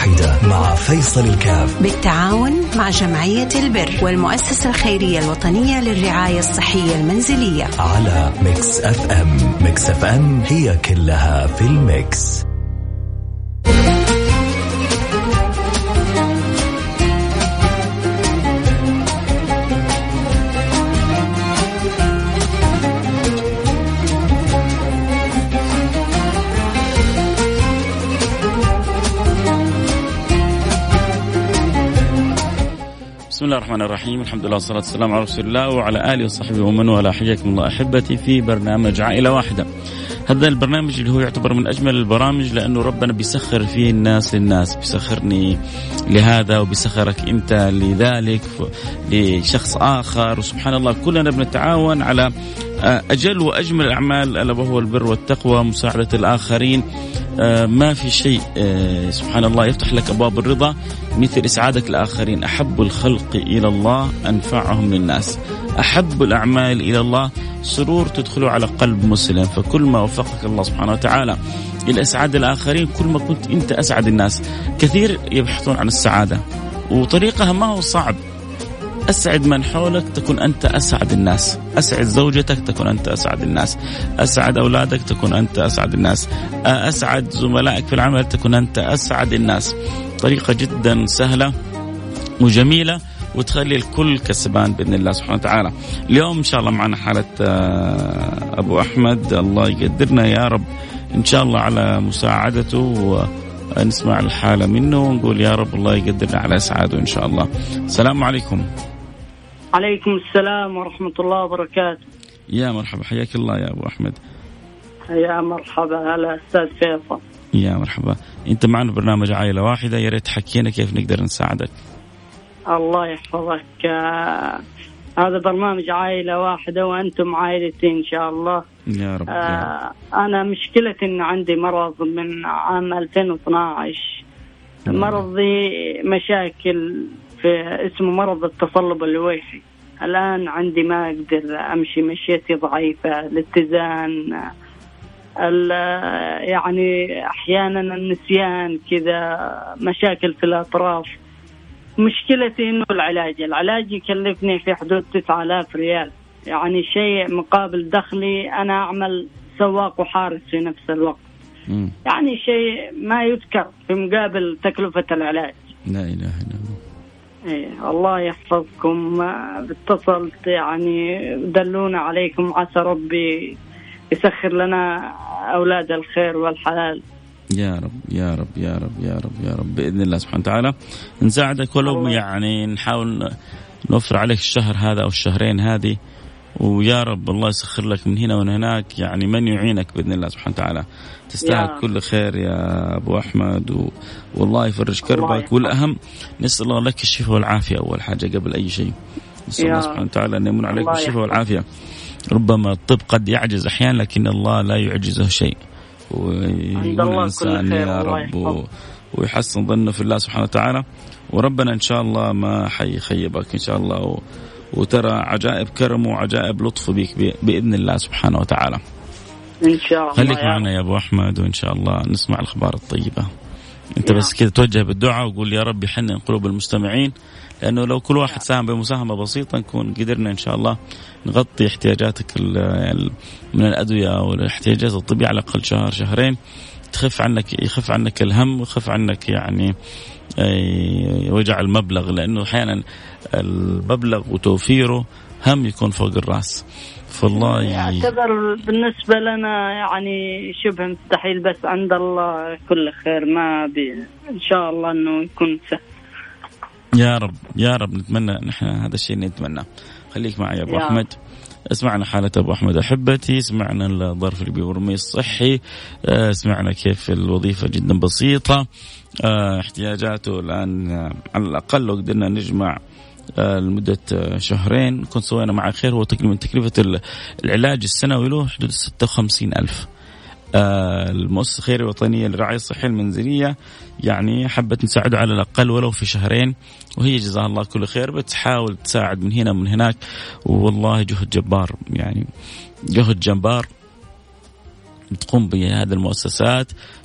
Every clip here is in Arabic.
واحدة مع فيصل الكاف بالتعاون مع جمعية البر والمؤسسة الخيرية الوطنية للرعاية الصحية المنزلية على ميكس اف ام. ميكس اف ام هي كلها في الميكس. بسم الله الرحمن الرحيم. الحمد لله والصلاة والسلام على رسول الله وعلى آله وصحبه ومن والاه. حياكم الله أحبتي في برنامج عائلة واحدة. هذا البرنامج اللي هو يعتبر من أجمل البرامج لأنه ربنا بيسخر فيه الناس للناس، بيسخرني لهذا وبيسخرك أنت لذلك لشخص آخر، وسبحان الله كلنا بنتعاون على أجل وأجمل الأعمال ألا وهو البر والتقوى، مساعدة الآخرين. ما في شيء سبحان الله يفتح لك أبواب الرضا مثل إسعادك الآخرين. أحب الخلق إلى الله أنفعهم للناس، أحب الأعمال إلى الله سرور تدخله على قلب مسلم. فكل ما وفقك الله سبحانه وتعالى إلى إسعاد الآخرين كل ما كنت أنت أسعد الناس. كثير يبحثون عن السعادة وطريقها ما هو صعب. أسعد من حولك تكون أنت أسعد الناس، أسعد زوجتك تكون أنت أسعد الناس، أسعد أولادك تكون أنت أسعد الناس، أسعد زملائك في العمل تكون أنت أسعد الناس. طريقة جدا سهلة وجميلة وتخلي الكل كسبان بإذن الله سبحانه وتعالى. اليوم إن شاء الله معنا حالة أبو أحمد، الله يقدرنا يا رب إن شاء الله على مساعدته ونسمع الحالة منه ونقول يا رب الله يقدرنا على إسعاده إن شاء الله. السلام عليكم. عليكم السلام ورحمة الله وبركاته. يا مرحبا، حياك الله يا أبو أحمد. يا مرحبا، هلا أستاذ فيصل. يا مرحبا، أنت معنا برنامج عائلة واحدة، يا ريت حكينا كيف نقدر نساعدك. الله يحفظك. هذا برنامج عائلة واحدة وأنتم عائلتي إن شاء الله يا رب. أنا مشكلتي إن عندي مرض من عام 2012. مرضي مشاكل في اسمه مرض التصلب اللويحي. الآن عندي ما أقدر أمشي، مشيتي ضعيفة، الاتزان، يعني أحيانا النسيان كذا، مشاكل في الأطراف. مشكلتي إنه العلاج يكلفني في حدود 9000 ريال، يعني شيء مقابل دخلي. أنا أعمل سواق وحارس في نفس الوقت. يعني شيء ما يذكر في مقابل تكلفة العلاج. لا إله إلا الله. إيه الله يحفظكم. اتصلت يعني دلونا عليكم، عسى ربي يسخر لنا أولاد الخير والحلال. يا رب يا رب يا رب يا رب يا رب بإذن الله سبحانه وتعالى نساعدك، ولو يعني نحاول نوفر عليك الشهر هذا أو الشهرين هذه، ويا رب الله يسخر لك من هنا ومن هناك، يعني من يعينك بإذن الله سبحانه وتعالى. تستاهل كل خير يا أبو أحمد والله يفرج كربك. والأهم نسأل الله لك الشفاء والعافية أول حاجة قبل أي شيء. نسأل الله سبحانه وتعالى أن يمن عليك بالشفاء والعافية. ربما الطب قد يعجز أحيانا لكن الله لا يعجزه شيء، ويقول الإنسان يا رب ويحسن ظنه في الله سبحانه وتعالى. وربنا إن شاء الله ما حيخيبك إن شاء الله، وترى عجائب كرمه وعجائب لطفه بك بإذن الله سبحانه وتعالى إن شاء الله. خليك معنا يا أبو أحمد وإن شاء الله نسمع الأخبار الطيبة. أنت بس كده توجه بالدعاء وقول يا رب يحنن قلوب المستمعين، لأنه لو كل واحد ساهم بمساهمة بسيطة نكون قدرنا إن شاء الله نغطي احتياجاتك من الأدوية والاحتياجات الطبية على الأقل شهر شهرين، يخف عنك الهم ويخف عنك يعني وجع المبلغ، لأنه أحيانا المبلغ وتوفيره هم يكون فوق الرأس. فالله يعتبر بالنسبة لنا يعني شبه مستحيل، بس عند الله كل خير. ما إن شاء الله أنه يكون سهل. يا رب يا رب نتمنى نحن هذا الشيء نتمنى. خليك معي يا أبو أحمد. اسمعنا حالة أبو أحمد أحبتي، سمعنا الظرف اللي بيورمي الصحي، سمعنا كيف الوظيفة جدا بسيطة، احتياجاته الآن على الأقل لو قدرنا نجمع لمدة شهرين نكون سوينا مع خير. هو تقريبا تكلفة العلاج السنوي له حدود 56,000. المؤسسة الخيرية الوطنية للرعاية الصحية المنزلية يعني حبت نساعده على الأقل ولو في شهرين، وهي جزاها الله كل خير بتحاول تساعد من هنا ومن هناك. والله جهد جبار، يعني جهد جبار بتقوم بهذه المؤسسات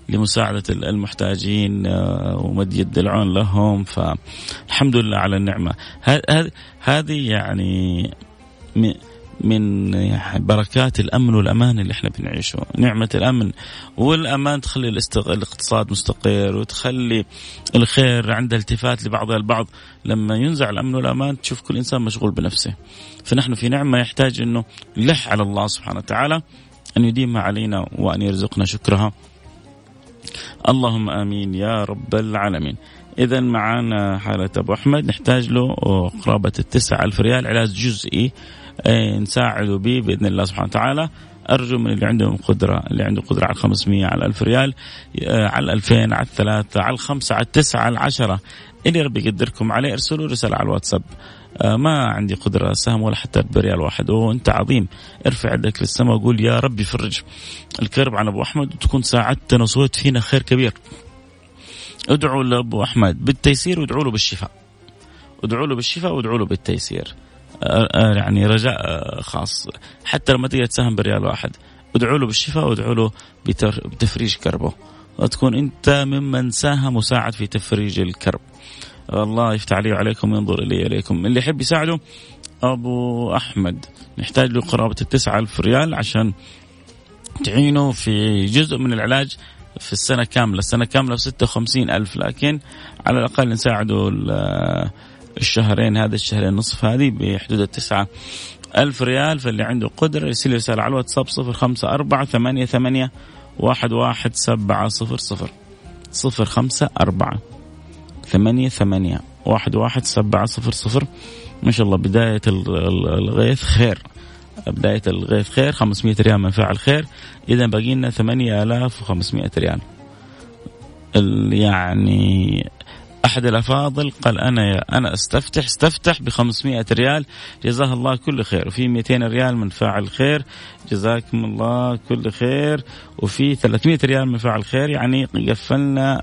لمساعدة المحتاجين ومد يد العون لهم. فالحمد لله على النعمة هذه، يعني من بركات الأمن والأمان اللي احنا بنعيشه. نعمة الأمن والأمان تخلي الاقتصاد مستقر، وتخلي الخير عند التفات لبعضها البعض. لما ينزع الأمن والأمان تشوف كل إنسان مشغول بنفسه. فنحن في نعمة يحتاج أنه نلح على الله سبحانه وتعالى أن يديمها علينا وأن يرزقنا شكرها. اللهم آمين يا رب العالمين. إذن معنا حالة أبو أحمد نحتاج له قرابة 9,000 ريال علاج جزئي نساعده به بإذن الله سبحانه وتعالى. أرجو من اللي عندهم قدرة، اللي عنده قدرة على 500 على 1000 ريال، على 2000 على 3 على 5 على 9 على 10 اللي ربي يقدركم عليه ارسلوا رسالة على الواتساب. ما عندي قدرة سهم ولا حتى بريال واحد، وانت عظيم ارفع يدك للسماء وقول يا ربي فرج الكرب عن أبو أحمد وتكون ساعدتنا وسويت فينا خير كبير. ادعوا لأبو أحمد بالتيسير وادعوا له بالشفاء، ادعوا له بالشفاء وادعوا له بالتيسير. يعني رجاء خاص، حتى لما تيجي تساهم بريال واحد ادعوا له بالشفاء وادعوا له بتفريج كربه، وتكون انت ممن ساهم وساعد في تفريج الكرب. الله يفتح عليه وعليكم وينظر إلي إليكم. اللي يحب يساعده أبو أحمد نحتاج له قرابة 9,000 ريال عشان تعينه في جزء من العلاج في السنة كاملة. السنة كاملة 56,000، لكن على الأقل نساعده الشهرين، هذا الشهرين نصف هذه بحدود 9,000 ريال. فاللي عنده قدرة يرسل رسالة على الواتساب 054-88-11700 054-88-11700. ما شاء الله بداية الغيث خير، بداية الغيث خير. 500 ريال من فاعل خير، إذا باقي لنا 8,500 ريال. يعني أحد الأفاضل قال أنا استفتح ب500 ريال جزاه الله كل خير، وفي 200 ريال من فاعل خير جزاكم الله كل خير، وفي 300 ريال من فاعل خير، يعني قفلنا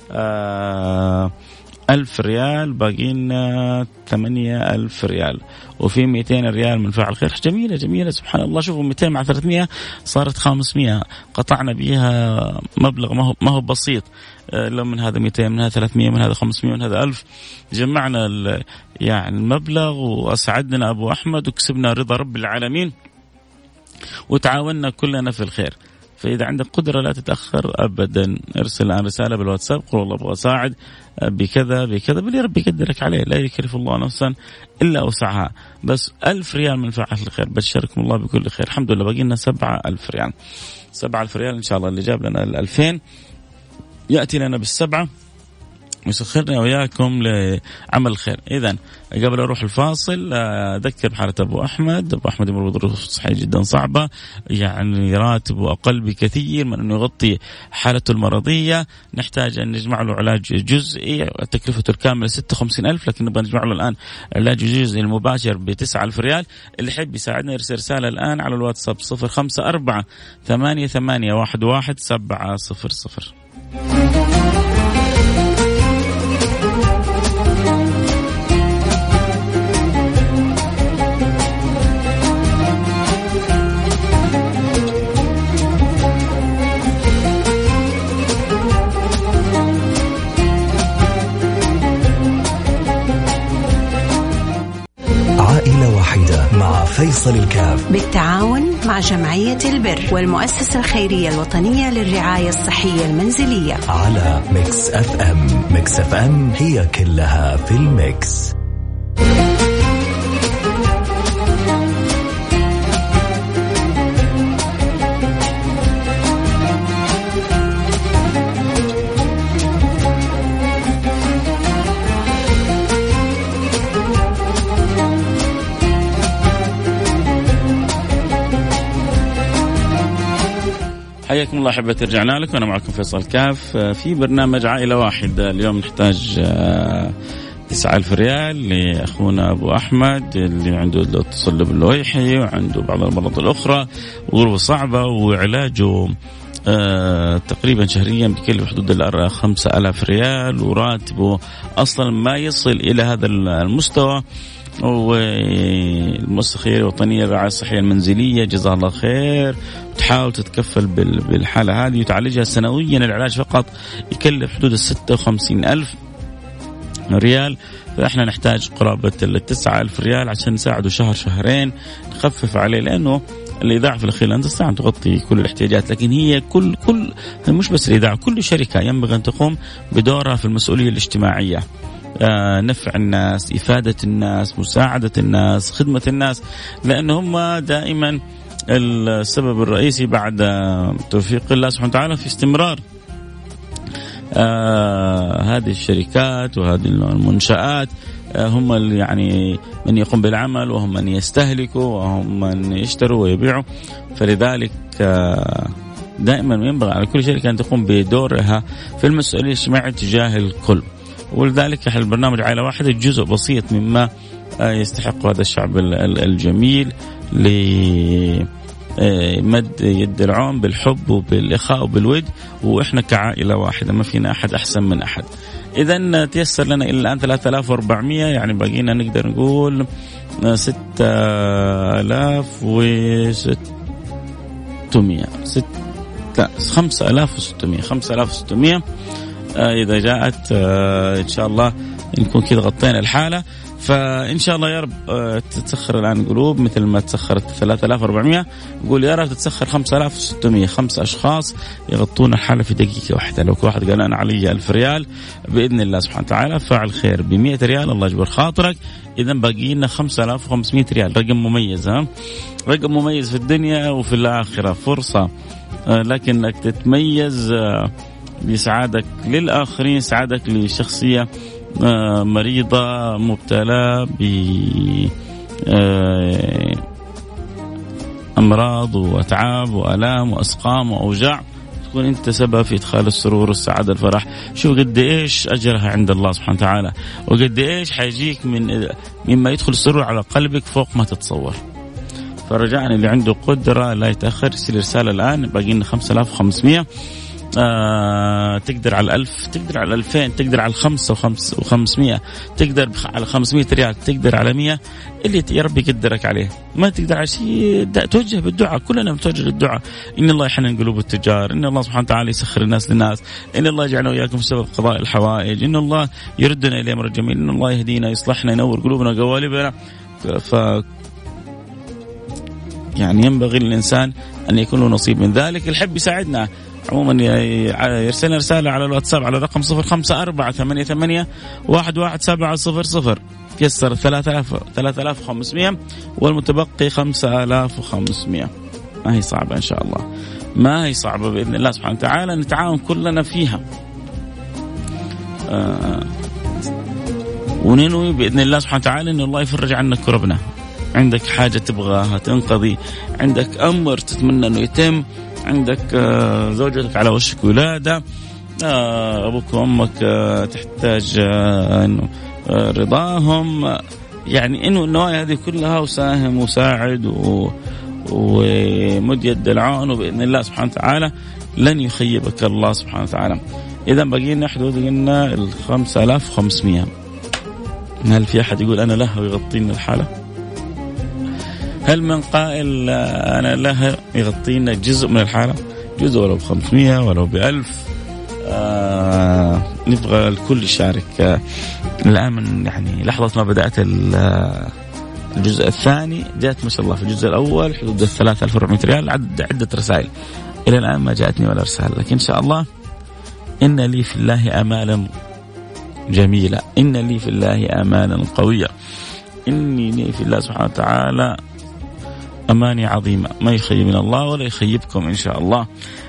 1000 ريال، باقي لنا 8,000 ريال، وفي 200 ريال من فاعل خير. جميلة سبحان الله. شوفوا 200 مع 300 صارت 500، قطعنا بيها مبلغ ما هو بسيط. لو من هذا 200 من هذا 300 من هذا 500 من هذا 1000 جمعنا يعني المبلغ وأسعدنا أبو أحمد وكسبنا رضا رب العالمين وتعاوننا كلنا في الخير. فإذا عندك قدرة لا تتأخر أبدا، ارسل الآن رسالة بالواتساب قول والله أبغى أساعد بكذا باللي ربي يقدرك عليه، لا يكلف الله نفسا إلا وسعها. بس 1000 ريال من فاعل الخير، بشركم الله بكل خير. الحمد لله باقي لنا 7,000 ريال. 7,000 ريال إن شاء الله. اللي جاب لنا 2000 يأتي لنا بالسبعة ويسخرنا وياكم لعمل الخير. إذن قبل أروح الفاصل أذكر بحالة أبو أحمد يمر بظروف صحية جدا صعبة، يعني راتبه أقل بكثير من أنه يغطي حالته المرضية. نحتاج أن نجمع له علاج جزئي تكلفته الكاملة 56,000، لكن نبغى نجمع له الآن علاج جزئي المباشر ب9,000 ريال. اللي يحب يساعدنا يرسل رسالة الآن على الواتساب 054-88-11700. عائلة واحدة مع فيصل الكاف بالتعاون مع جمعية البر والمؤسسة الخيرية الوطنية للرعاية الصحية المنزلية على ميكس اف ام. ميكس اف ام هي كلها في الميكس. حياكم الله أحبتي، رجعنا لكم. أنا معكم فيصل كاف في برنامج عائلة واحدة. اليوم نحتاج 9,000 ريال لأخونا أبو أحمد اللي عنده تصلب اللويحي وعنده بعض المرض الأخرى وغرفة صعبة، وعلاجه تقريبا شهريا بكلف حدود 5,000 ريال، وراتبه أصلا ما يصل إلى هذا المستوى. والمؤسسة الخيرية الوطنية للرعاية الصحية المنزلية جزاها الله خير تحاول تتكفل بالحالة هذه وتعالجها سنويا. العلاج فقط يكلف حدود 56,000 ريال، فإحنا نحتاج قرابة 9,000 ريال عشان نساعده شهر شهرين نخفف عليه، لأنه الإذاعة في الأخير لا تستطيع أن تغطي كل الاحتياجات، لكن هي كل مش بس الإذاعة، كل شركة ينبغي أن تقوم بدورها في المسؤولية الاجتماعية، نفع الناس، إفادة الناس، مساعدة الناس، خدمة الناس، لأن هم دائما السبب الرئيسي بعد توفيق الله سبحانه وتعالى في استمرار هذه الشركات وهذه المنشآت. هم اللي يعني من يقوم بالعمل، وهم من يستهلكوا، وهم من يشتروا ويبيعوا. فلذلك دائما ينبغي على كل شركة أن تقوم بدورها في المسؤولية الاجتماعية تجاه الكل. ولذلك البرنامج عائلة واحدة جزء بسيط مما يستحق هذا الشعب الجميل لمد يد العون بالحب وبالإخاء وبالود، وإحنا كعائلة واحدة ما فينا أحد أحسن من أحد. إذن تيسر لنا إلى الآن 3400، يعني باقينا نقدر نقول 5600 إذا جاءت إن شاء الله نكون كذا غطينا الحالة. فإن شاء الله يا رب تتسخر الآن قلوب مثل ما تسخرت 3400، نقول يا رب تتسخر 5600، 5 أشخاص يغطون الحالة في دقيقة واحدة. لو كل واحد قال أنا علي 1000 ريال بإذن الله سبحانه وتعالى فعل خير ب100 ريال الله يجبر خاطرك. إذا باقي لنا 5500 ريال، رقم مميز، رقم مميز في الدنيا وفي الآخرة، فرصة لكنك تتميز يسعدك للآخرين، يسعدك لشخصية مريضة مبتلى بأمراض وأتعاب وألام وأسقام وأوجاع، تكون أنت سبب في إدخال السرور والسعادة الفرح. شوف قد إيش أجرها عند الله سبحانه وتعالى، وقد إيش حيجيك مما يدخل السرور على قلبك فوق ما تتصور. فرجاء اللي عنده قدرة لا يتأخر، يرسل رسالة الآن. باقي لنا 5500. تقدر على 1000، تقدر على 2000، تقدر على 500، تقدر على 500 ريال، تقدر على 100 اللي يا رب يقدرك عليه. ما تقدر على شيء توجه بالدعاء، كلنا متوجه للدعاء. إن الله يحنن قلوب التجار، إن الله سبحانه وتعالى يسخر الناس للناس، إن الله يجعلنا وإياكم سبب قضاء الحوائج، إن الله يردنا إلى أمر الجميل، إن الله يهدينا يصلحنا ينور قلوبنا وقوالبنا. يعني ينبغي للإنسان أن يكون له نصيب من ذلك. الحب يساعدنا عموما يرسلنا رسالة على الواتساب على الرقم 0548811700 يسر 3500 والمتبقي 5500. ما هي صعبة إن شاء الله، ما هي صعبة بإذن الله سبحانه وتعالى، نتعاون كلنا فيها وننوي بإذن الله سبحانه وتعالى إن الله يفرج عنا كربنا. عندك حاجة تبغاها تنقضي، عندك أمر تتمنى أنه يتم، عندك زوجتك على وشك ولادة، أبوك وأمك تحتاج رضاهم، يعني إنه النوايا هذه كلها وساهم وساعد ومد يد العون، وبإذن الله سبحانه وتعالى لن يخيبك الله سبحانه وتعالى. إذا بقينا حدود قلنا 5500. هل في أحد يقول أنا له ويغطينا الحالة؟ هل من قائل أنا له يغطينا جزء من الحالة؟ جزء ولو ب500 ولو ب1000. نبغى الكل يشارك. الآن من يعني لحظة ما بدأت الجزء الثاني جاءت ما شاء الله في الجزء الأول حدود 3400 ريال، عدة رسائل. إلى الآن ما جاءتني ولا رسالة، لكن إن شاء الله إن لي في الله آمالا جميلة، إن لي في الله آمالا قوية، إني في الله سبحانه وتعالى أماني عظيمة ما يخيبنا الله ولا يخيبكم إن شاء الله.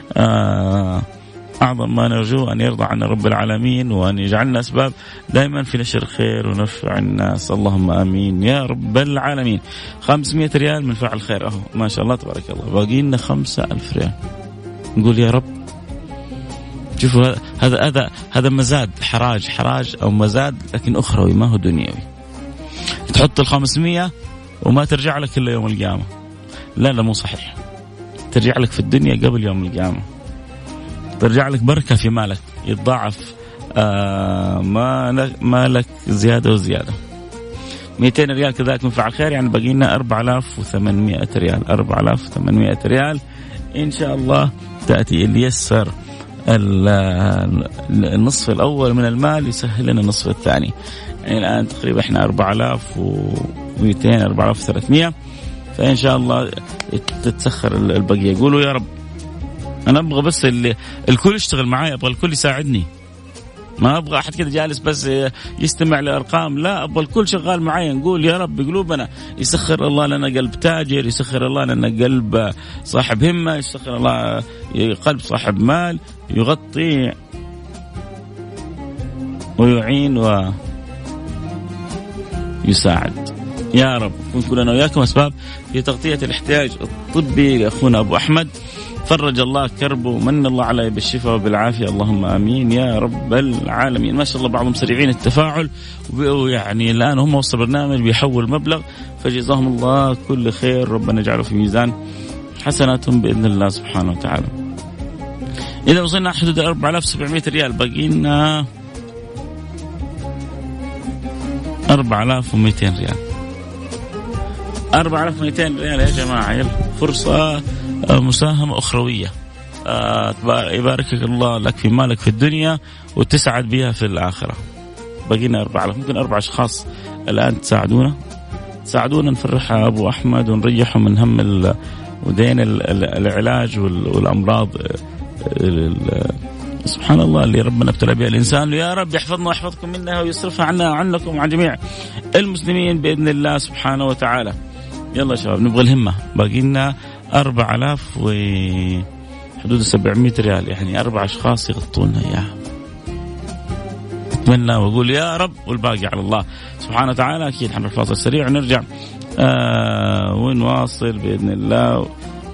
أعظم ما نرجو أن يرضى عنا رب العالمين، وأن يجعلنا أسباب دائما في نشر الخير ونفع الناس، اللهم آمين يا رب العالمين. 500 ريال من فعل خير، أهو ما شاء الله تبارك الله، باقي لنا 5000 ريال. نقول يا رب. شوفوا هذا مزاد، حراج أو مزاد لكن أخروي ما هو دنيوي. تحط 500 وما ترجع لك إلا يوم القيامة. لا مو صحيح، ترجع لك في الدنيا قبل يوم القيامة، ترجع لك بركة في مالك، يتضاعف مالك زيادة وزيادة. 200 ريال كذلك من فعل خير، يعني باقي لنا 4800 ريال. 4800 ريال إن شاء الله تأتي. اللي يسر النصف الأول من المال يسهل لنا النصف الثاني. يعني الآن تقريبا إحنا 4200 4300، فإن شاء الله تتسخر البقية. يقولوا يا رب أنا أبغى بس الكل يشتغل معي، أبغى الكل يساعدني، ما أبغى أحد كده جالس بس يستمع لأرقام، لا أبغى الكل شغال معي. نقول يا رب بقلوبنا يسخر الله لنا قلب تاجر، يسخر الله لنا قلب صاحب همة، يسخر الله قلب صاحب مال يغطي ويعين ويساعد. يا رب نكون كلنا وياكم أسباب في تغطية الاحتياج الطبي لأخونا أبو أحمد. فرج الله كربه ومن الله عليه بالشفاء وبالعافية، اللهم آمين يا رب العالمين. ما شاء الله بعضهم سريعين التفاعل، ويعني الآن هم وصل برنامج بيحول مبلغ، فجزاهم الله كل خير، ربنا يجعله في ميزان حسناتهم بإذن الله سبحانه وتعالى. إذا وصلنا حدود 4700 ريال، بقينا 4200 ريال. 4200 ريال يا جماعة، يلا فرصة مساهمة أخروية. يباركك الله لك في مالك في الدنيا وتسعد بها في الآخرة. بقينا 4000، ممكن 4 أشخاص الآن تساعدونا نفرح أبو أحمد ونريحه من هم ودين العلاج والأمراض سبحان الله اللي ربنا ابتلى بها الإنسان. يا رب يحفظنا ويحفظكم منها ويصرفها عنا وعنكم وعن جميع المسلمين بإذن الله سبحانه وتعالى. يلا يا شباب نبغى الهمة. باقي لنا 4000 وحدود 700 ريال، يعني 4 أشخاص يغطونا إياها. أتمنى وأقول يا رب، والباقي على الله سبحانه وتعالى. أكيد حنروح فاصل سريع ونرجع ونواصل بإذن الله.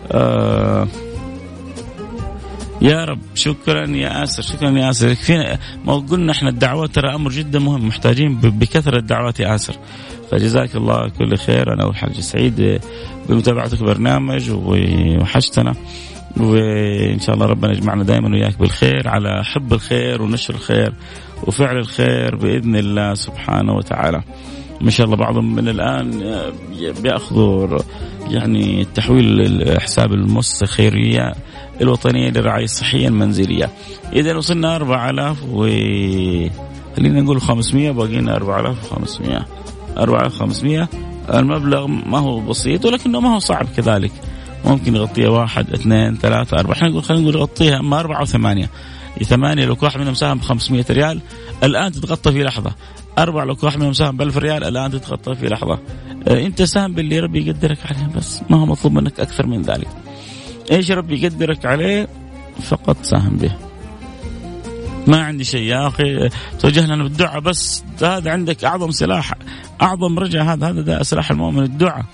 يا رب شكرا يا آسر، شكرا يا آسر. فينا ما قلنا احنا الدعوات ترى أمر جدا مهم، محتاجين بكثرة الدعوات يا آسر، فجزاك الله كل خير. أنا والحاج سعيد بمتابعتك برنامج وحشتنا، وإن شاء الله ربنا يجمعنا دائما وياك بالخير، على حب الخير ونشر الخير وفعل الخير بإذن الله سبحانه وتعالى. ما شاء الله بعضهم من الآن بيأخذوا يعني تحويل حساب المؤسسة الخيرية الوطنية للرعاية الصحية المنزلية. إذا وصلنا 4000 خلينا نقول 500، باقينا 4500. 4500 المبلغ ما هو بسيط ولكنه ما هو صعب كذلك، ممكن يغطيها 1 2 3 4. خلينا نقول يغطيها أما 4 و8. 8 لو واحد منهم ساهم ب500 ريال الآن تتغطى في لحظة. 4 لو واحد منهم ساهم ب1000 ريال الآن تتغطى في لحظة. أنت ساهم باللي ربي يقدرك عليه، بس ما هو مطلوب منك أكثر من ذلك. إيش ربي يقدرك عليه فقط ساهم به. ما عندي شيء يا أخي، توجه لنا بالدعاء بس، هذا عندك أعظم سلاح، أعظم رجع، هذا سلاح المؤمن، الدعاء.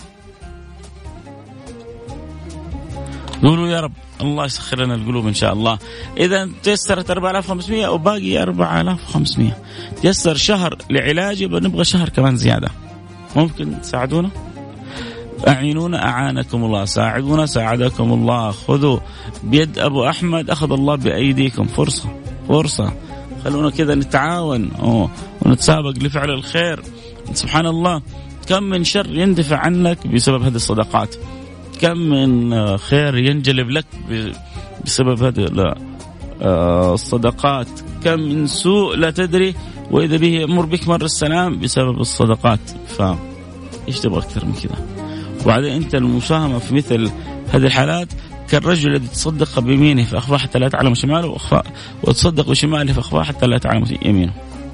قولوا يا رب الله يسخر لنا القلوب إن شاء الله. إذا تيسرت 4500 وباقي 4500، تيسر شهر لعلاجي، بنبغى شهر كمان زيادة. ممكن تساعدونا؟ أعينونا أعانكم الله، ساعدونا ساعدكم الله. خذوا بيد أبو أحمد أخذ الله بأيديكم. فرصة خلونا كذا نتعاون ونتسابق لفعل الخير. سبحان الله كم من شر يندفع عنك بسبب هذه الصدقات، كم من خير ينجلب لك بسبب هذه الصدقات، كم من سوء لا تدري وإذا به يمر بك مر السلام بسبب الصدقات. فإيش تبغى أكثر من كذا؟ وبعدين أنت المساهمة في مثل هذه الحالات كالرجل الذي تصدق بيمينه فأخفى حتى لا تعلم شماله، وتصدق بشماله فأخفى حتى لا تعلم يمينه.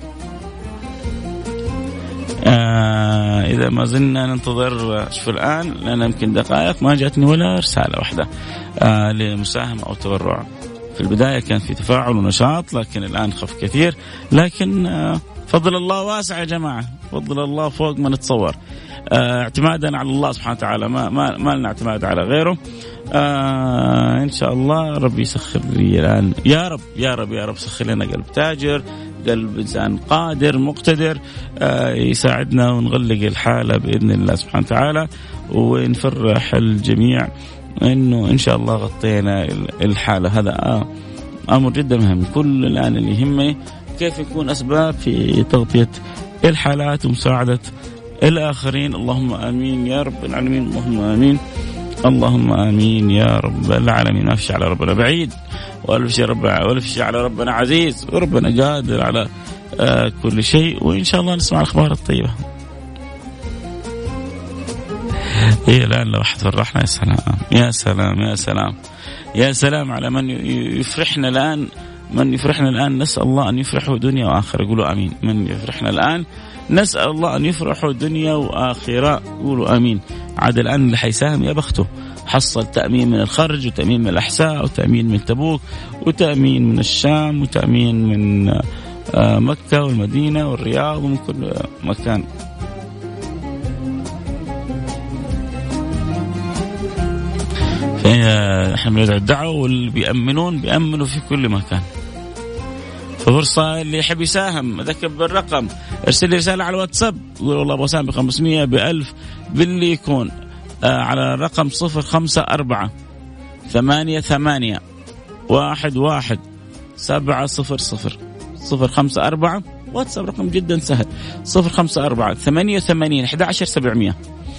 إذا ما زلنا ننتظر، شوف الآن لأن يمكن دقائق ما جاتني ولا رسالة واحدة لمساهمة أو تبرع. في البداية كان في تفاعل ونشاط، لكن الآن خف كثير. لكن فضل الله واسع يا جماعة، فضل الله فوق ما نتصور. اعتمادا على الله سبحانه وتعالى، ما لنا اعتماد على غيره. إن شاء الله ربي يسخر لي الآن. يا رب يا رب يا رب سخر لنا قلب تاجر، قلب إنسان قادر مقتدر يساعدنا ونغلق الحالة بإذن الله سبحانه وتعالى، ونفرح الجميع إنه إن شاء الله غطينا الحالة. هذا أمر جدا مهم. كل الآن اللي يهمني كيف يكون أسباب في تغطية الحالات ومساعدة الآخرين. اللهم آمين يا رب العالمين. اللهم آمين. اللهم آمين يا رب العالمين. ما في شيء على ربنا بعيد، ولا في شيء على ربنا عزيز، وربنا قادر على كل شيء. وإن شاء الله نسمع الأخبار الطيبة. إيه الآن لو واحد فرحنا، يا سلام يا سلام يا سلام يا سلام على من يفرحنا الآن. من يفرحنا الآن نسأل الله أن يفرحوا دنيا وآخرة. قولوا آمين. من يفرحنا الآن نسأل الله أن يفرحوا دنيا وآخرة. قولوا آمين. عاد الآن اللي حيساهم يا بخته، حصل تأمين من الخرج، وتأمين من الأحساء، وتأمين من تبوك، وتأمين من الشام، وتأمين من مكة والمدينة والرياض ومن كل مكان. احنا بندعو الدعوة، واللي بيأمنوا في كل مكان. ففرصة اللي يحب يساهم، ذكر بالرقم، ارسل لي رسالة على الواتساب، قول والله أبغى أساهم ب500 ب1000 باللي يكون، على الرقم 054 88 11 700 054. واتساب رقم جدا سهل 054 88 11 700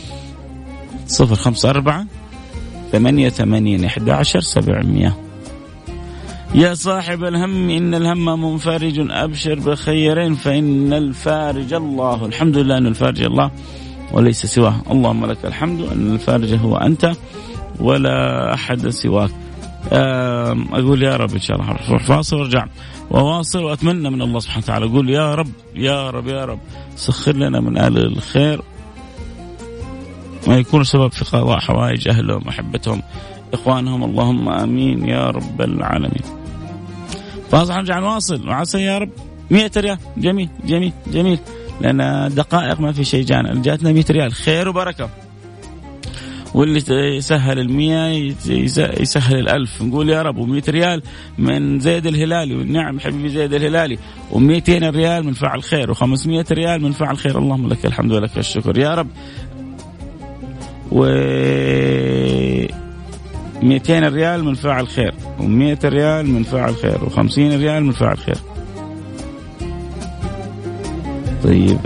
054 88 11 700. يا صاحب الهم إن الهم منفرج، أبشر بخير فإن الفارج الله. الحمد لله أن الفارج الله وليس سواه. اللهم لك الحمد أن الفارج هو أنت ولا أحد سواك. أقول يا رب إن شاء الله روح فاصل وارجع وواصل، وأتمنى من الله سبحانه وتعالى، أقول يا رب يا رب يا رب سخر لنا من أهل الخير ما يكون سبب في قضاء حوائج أهلهم ومحبتهم إخوانهم. اللهم آمين يا رب العالمين. فاصل نرجع نواصل وعسى يا رب 100 ريال. جميل جميل جميل، لأن دقائق ما في شيء جانا، جاتنا 100 ريال خير وبركة. واللي يسهل 100 يسهل 1000. نقول يا رب. و100 ريال من زيد الهلالي، والنعم حبيبي زيد الهلالي، و200 ريال من فاعل خير، و500 ريال من فاعل خير. اللهم لك الحمد ولك الشكر يا رب. و 200 ريال من فاعل خير، و100 ريال من فاعل خير، و50 ريال من فاعل خير. طيب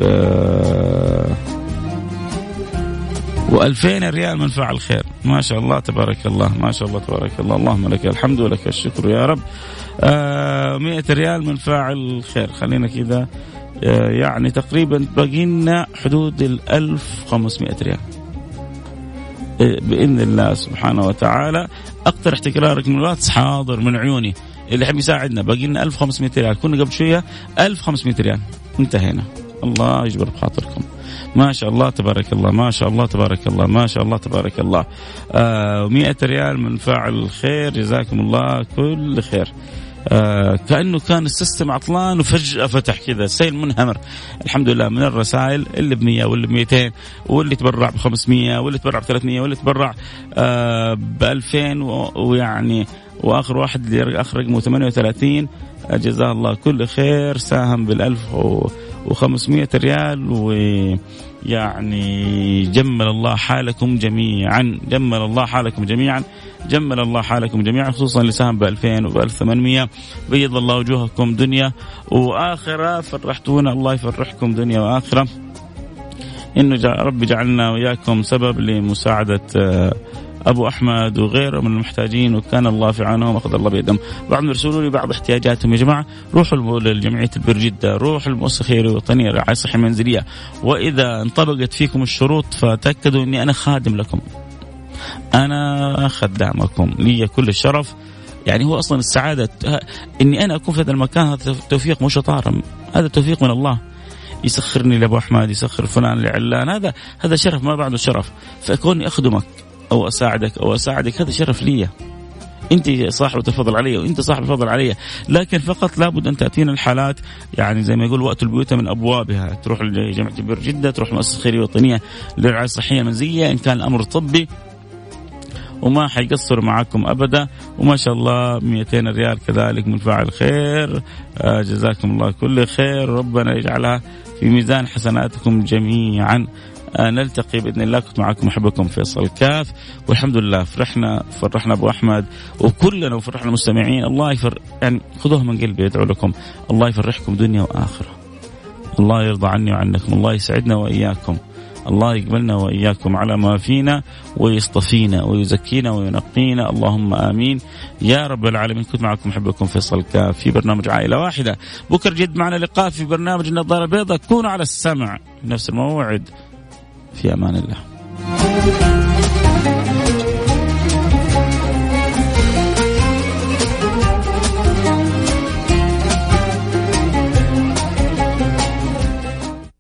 و2000 ريال من فاعل خير. ما شاء الله تبارك الله، ما شاء الله تبارك الله. اللهم لك الحمد ولك الشكر يا رب. 100 ريال من فاعل خير. خلينا كذا يعني تقريبا باقينا حدود 1500 ريال بإذن الله سبحانه وتعالى. أقترح تكرارك من الواتس. حاضر من عيوني. اللي يحب يساعدنا باقي لنا 1500 ريال. كنا قبل شوية 1500 ريال، انتهينا. الله يجبر بخاطركم. ما شاء الله تبارك الله، ما شاء الله تبارك الله، ما شاء الله تبارك الله. 100 ريال من فاعل الخير. جزاكم الله كل خير. كأنه كان السيستم عطلان وفجأة فتح كذا سيل منهمر. الحمد لله من الرسائل اللي ب100 واللي ب200 واللي تبرع ب500 واللي تبرع ب300 واللي تبرع ب2000 ويعني وآخر واحد اللي آخر رقمه 38. جزاه الله كل خير. ساهم بال1500 ريال. ويعني جمل الله حالكم جميعا، جمل الله حالكم جميعا، جمل الله حالكم جميعا، خصوصا اللي ساهم ب2000 وب1800. بيض الله وجوهكم دنيا وآخرة. فرحتونا، الله يفرحكم دنيا وآخرة. إنه رب جعلنا وياكم سبب لمساعدة أبو أحمد وغيره من المحتاجين، وكان الله في عونهم وأخذ الله بيدهم. بعض يرسلوا لي بعض احتياجاتهم. يا جماعة روحوا لجمعية البر جدة، روحوا المؤسسة الخيرية الوطنية للرعاية الصحية المنزلية، وإذا انطبقت فيكم الشروط فتأكدوا أني أنا خادم لكم، أنا خدامكم، لي كل الشرف. يعني هو أصلا السعادة أني أنا أكون في هذا المكان، هذا توفيق مش شطارة، هذا توفيق من الله. يسخرني لأبو أحمد، يسخر فلان لعلان، هذا شرف ما بعده شرف. فأكوني أخدمك أو أساعدك هذا شرف لي. أنت صاحبة الفضل علي وأنت صاحب الفضل علي، لكن فقط لابد أن تأتينا الحالات، يعني زي ما يقول وقت البيوت من أبوابها. تروح لجامعة البر جدة، تروح المؤسسة الخيرية الوطنية للرعاية الصحية المنزلية إن كان الأمر طبي، وما حيقصر معكم أبدا. وما شاء الله 200 ريال كذلك من فاعل خير. جزاكم الله كل خير. ربنا يجعلها في ميزان حسناتكم جميعا. نلتقي بإذن الله. كنت معكم أحبكم فيصل كاف، والحمد لله فرحنا أبو أحمد وكلنا وفرحنا المستمعين. الله يعني خذوه من قلبي، يدعو لكم الله يفرحكم دنيا وآخرة. الله يرضى عني وعنكم، الله يسعدنا وإياكم. الله يقبلنا وإياكم على ما فينا ويصطفينا ويزكينا وينقينا، اللهم آمين يا رب العالمين. كنت معكم محبكم فيصل كاف في برنامج عائلة واحدة. بكرة جد معنا لقاء في برنامج النظارة البيضاء. كونوا على السمع في نفس الموعد. في أمان الله.